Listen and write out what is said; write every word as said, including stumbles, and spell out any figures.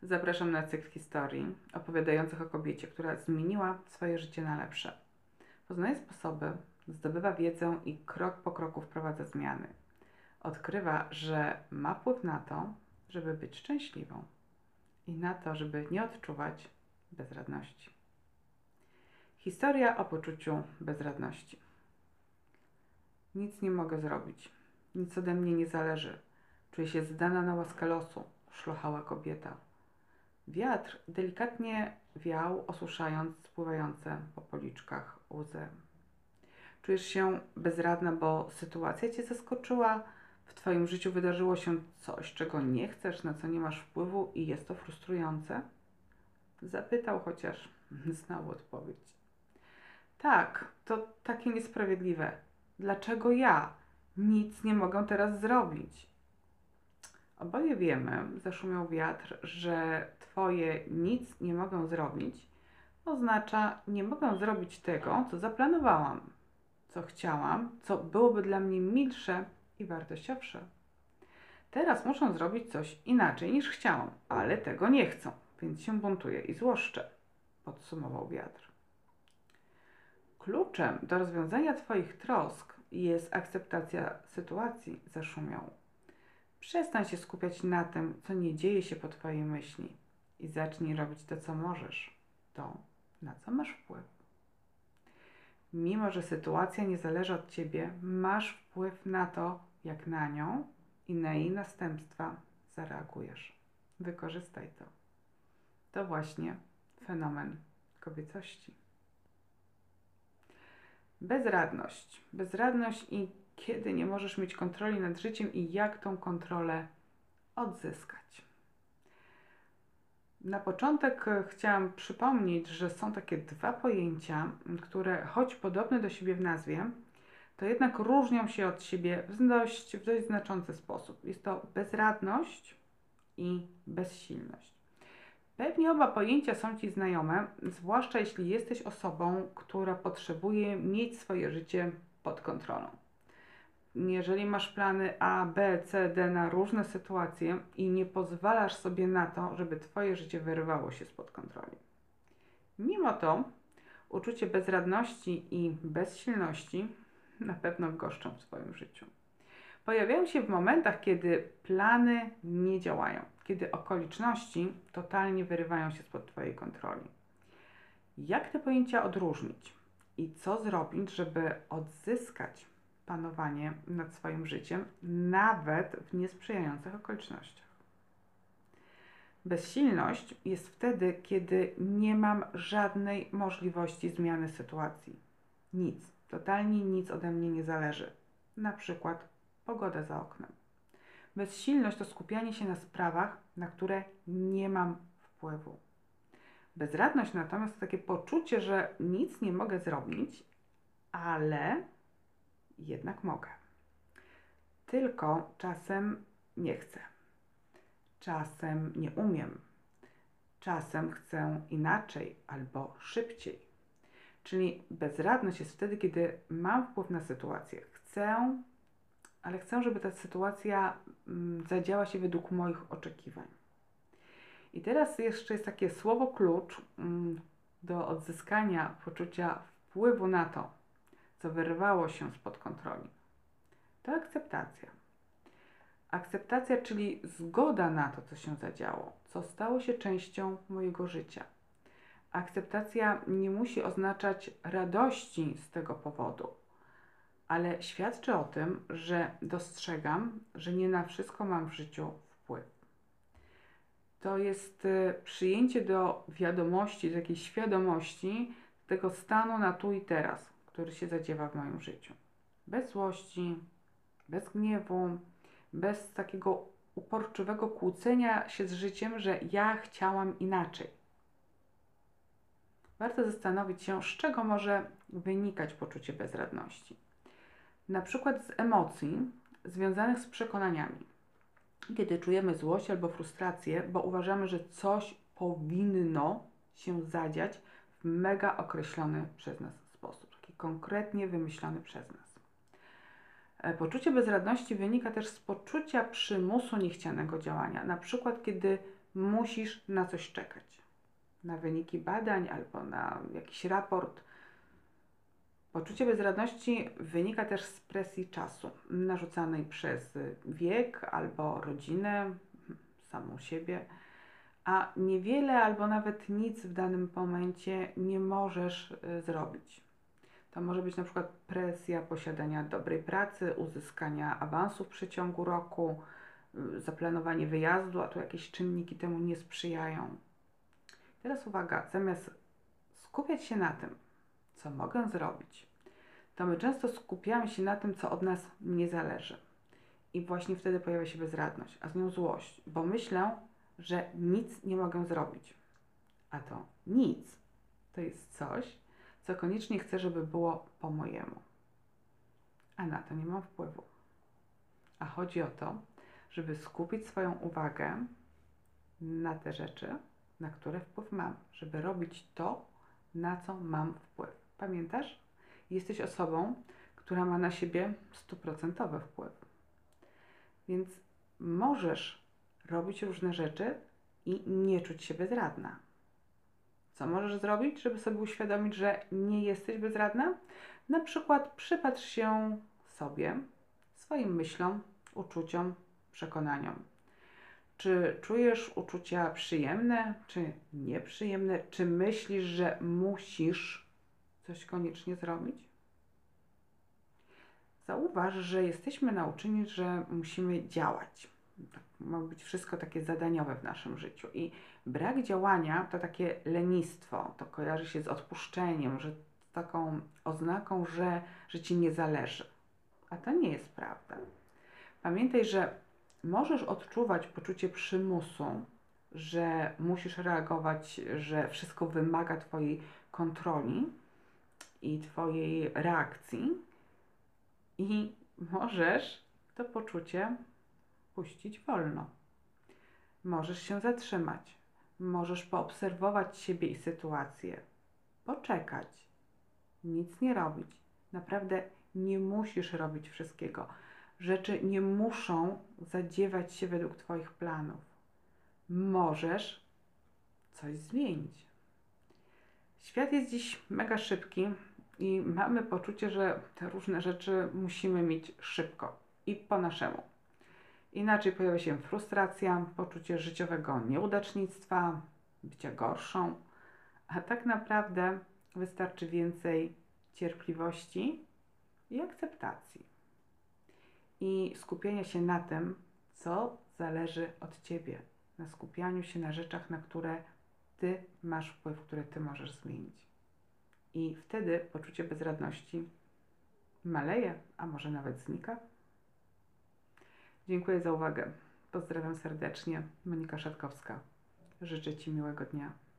Zapraszam na cykl historii opowiadających o kobiecie, która zmieniła swoje życie na lepsze. Poznaje sposoby, zdobywa wiedzę i krok po kroku wprowadza zmiany. Odkrywa, że ma wpływ na to, żeby być szczęśliwą i na to, żeby nie odczuwać bezradności. Historia o poczuciu bezradności. Nic nie mogę zrobić. Nic ode mnie nie zależy. Czuję się zdana na łaskę losu. Szlochała kobieta. Wiatr delikatnie wiał, osuszając spływające po policzkach łzy. Czujesz się bezradna, bo sytuacja cię zaskoczyła. W twoim życiu wydarzyło się coś, czego nie chcesz, na co nie masz wpływu i jest to frustrujące? Zapytał, chociaż znał odpowiedź. Tak, to takie niesprawiedliwe. Dlaczego ja? Nic nie mogę teraz zrobić. Oboje wiemy, zaszumiał wiatr, że twoje nic nie mogę zrobić oznacza nie mogę zrobić tego, co zaplanowałam, co chciałam, co byłoby dla mnie milsze i wartościowsze. Teraz muszę zrobić coś inaczej niż chciałam, ale tego nie chcę, więc się buntuję i złoszczę, podsumował wiatr. Kluczem do rozwiązania twoich trosk jest akceptacja sytuacji, zaszumiał. Przestań się skupiać na tym, co nie dzieje się po twojej myśli i zacznij robić to, co możesz, to, na co masz wpływ. Mimo że sytuacja nie zależy od ciebie, masz wpływ na to, jak na nią i na jej następstwa zareagujesz. Wykorzystaj to. To właśnie fenomen kobiecości. Bezradność. Bezradność i kiedy nie możesz mieć kontroli nad życiem i jak tą kontrolę odzyskać. Na początek chciałam przypomnieć, że są takie dwa pojęcia, które choć podobne do siebie w nazwie, to jednak różnią się od siebie w dość, w dość znaczący sposób. Jest to bezradność i bezsilność. Pewnie oba pojęcia są Ci znajome, zwłaszcza jeśli jesteś osobą, która potrzebuje mieć swoje życie pod kontrolą. Jeżeli masz plany A, B, C, D na różne sytuacje i nie pozwalasz sobie na to, żeby Twoje życie wyrwało się spod kontroli. Mimo to uczucie bezradności i bezsilności na pewno goszczą w Twoim życiu. Pojawiają się w momentach, kiedy plany nie działają, kiedy okoliczności totalnie wyrywają się spod Twojej kontroli. Jak te pojęcia odróżnić i co zrobić, żeby odzyskać panowanie nad swoim życiem, nawet w niesprzyjających okolicznościach? Bezsilność jest wtedy, kiedy nie mam żadnej możliwości zmiany sytuacji. Nic, totalnie nic ode mnie nie zależy. Na przykład pogoda za oknem. Bezsilność to skupianie się na sprawach, na które nie mam wpływu. Bezradność natomiast to takie poczucie, że nic nie mogę zrobić, ale jednak mogę. Tylko czasem nie chcę. Czasem nie umiem. Czasem chcę inaczej albo szybciej. Czyli bezradność jest wtedy, kiedy mam wpływ na sytuację. Chcę, ale chcę, żeby ta sytuacja mm, zadziała się według moich oczekiwań. I teraz jeszcze jest takie słowo klucz mm, do odzyskania poczucia wpływu na to, co wyrwało się spod kontroli. To akceptacja. Akceptacja, czyli zgoda na to, co się zadziało, co stało się częścią mojego życia. Akceptacja nie musi oznaczać radości z tego powodu, ale świadczy o tym, że dostrzegam, że nie na wszystko mam w życiu wpływ. To jest przyjęcie do wiadomości, do jakiejś świadomości tego stanu na tu i teraz, który się zadziewa w moim życiu. Bez złości, bez gniewu, bez takiego uporczywego kłócenia się z życiem, że ja chciałam inaczej. Warto zastanowić się, z czego może wynikać poczucie bezradności. Na przykład z emocji związanych z przekonaniami. Kiedy czujemy złość albo frustrację, bo uważamy, że coś powinno się zadziać w mega określony przez nas sposób, taki konkretnie wymyślony przez nas. Poczucie bezradności wynika też z poczucia przymusu niechcianego działania. Na przykład, kiedy musisz na coś czekać. Na wyniki badań albo na jakiś raport. Poczucie bezradności wynika też z presji czasu, narzucanej przez wiek albo rodzinę, samą siebie, a niewiele albo nawet nic w danym momencie nie możesz y, zrobić. To może być na przykład presja posiadania dobrej pracy, uzyskania awansu w przeciągu roku, y, zaplanowanie wyjazdu, a tu jakieś czynniki temu nie sprzyjają. Teraz uwaga, zamiast skupiać się na tym, co mogę zrobić, to my często skupiamy się na tym, co od nas nie zależy. I właśnie wtedy pojawia się bezradność, a z nią złość, bo myślę, że nic nie mogę zrobić. A to nic to jest coś, co koniecznie chcę, żeby było po mojemu. A na to nie mam wpływu. A chodzi o to, żeby skupić swoją uwagę na te rzeczy, na które wpływ mam, żeby robić to, na co mam wpływ. Pamiętasz? Jesteś osobą, która ma na siebie stuprocentowy wpływ. Więc możesz robić różne rzeczy i nie czuć się bezradna. Co możesz zrobić, żeby sobie uświadomić, że nie jesteś bezradna? Na przykład przypatrz się sobie, swoim myślom, uczuciom, przekonaniom. Czy czujesz uczucia przyjemne, czy nieprzyjemne? Czy myślisz, że musisz coś koniecznie zrobić? Zauważ, że jesteśmy nauczeni, że musimy działać. Ma być wszystko takie zadaniowe w naszym życiu. I brak działania to takie lenistwo. To kojarzy się z odpuszczeniem, że z taką oznaką, że, że ci nie zależy. A to nie jest prawda. Pamiętaj, że możesz odczuwać poczucie przymusu, że musisz reagować, że wszystko wymaga twojej kontroli i twojej reakcji. I możesz to poczucie puścić wolno. Możesz się zatrzymać. Możesz poobserwować siebie i sytuację. Poczekać. Nic nie robić. Naprawdę nie musisz robić wszystkiego. Rzeczy nie muszą zadziewać się według twoich planów. Możesz coś zmienić. Świat jest dziś mega szybki i mamy poczucie, że te różne rzeczy musimy mieć szybko i po naszemu. Inaczej pojawia się frustracja, poczucie życiowego nieudacznictwa, bycia gorszą, a tak naprawdę wystarczy więcej cierpliwości i akceptacji. I skupienia się na tym, co zależy od Ciebie. Na skupianiu się na rzeczach, na które Ty masz wpływ, które Ty możesz zmienić. I wtedy poczucie bezradności maleje, a może nawet znika. Dziękuję za uwagę. Pozdrawiam serdecznie. Monika Szatkowska. Życzę Ci miłego dnia.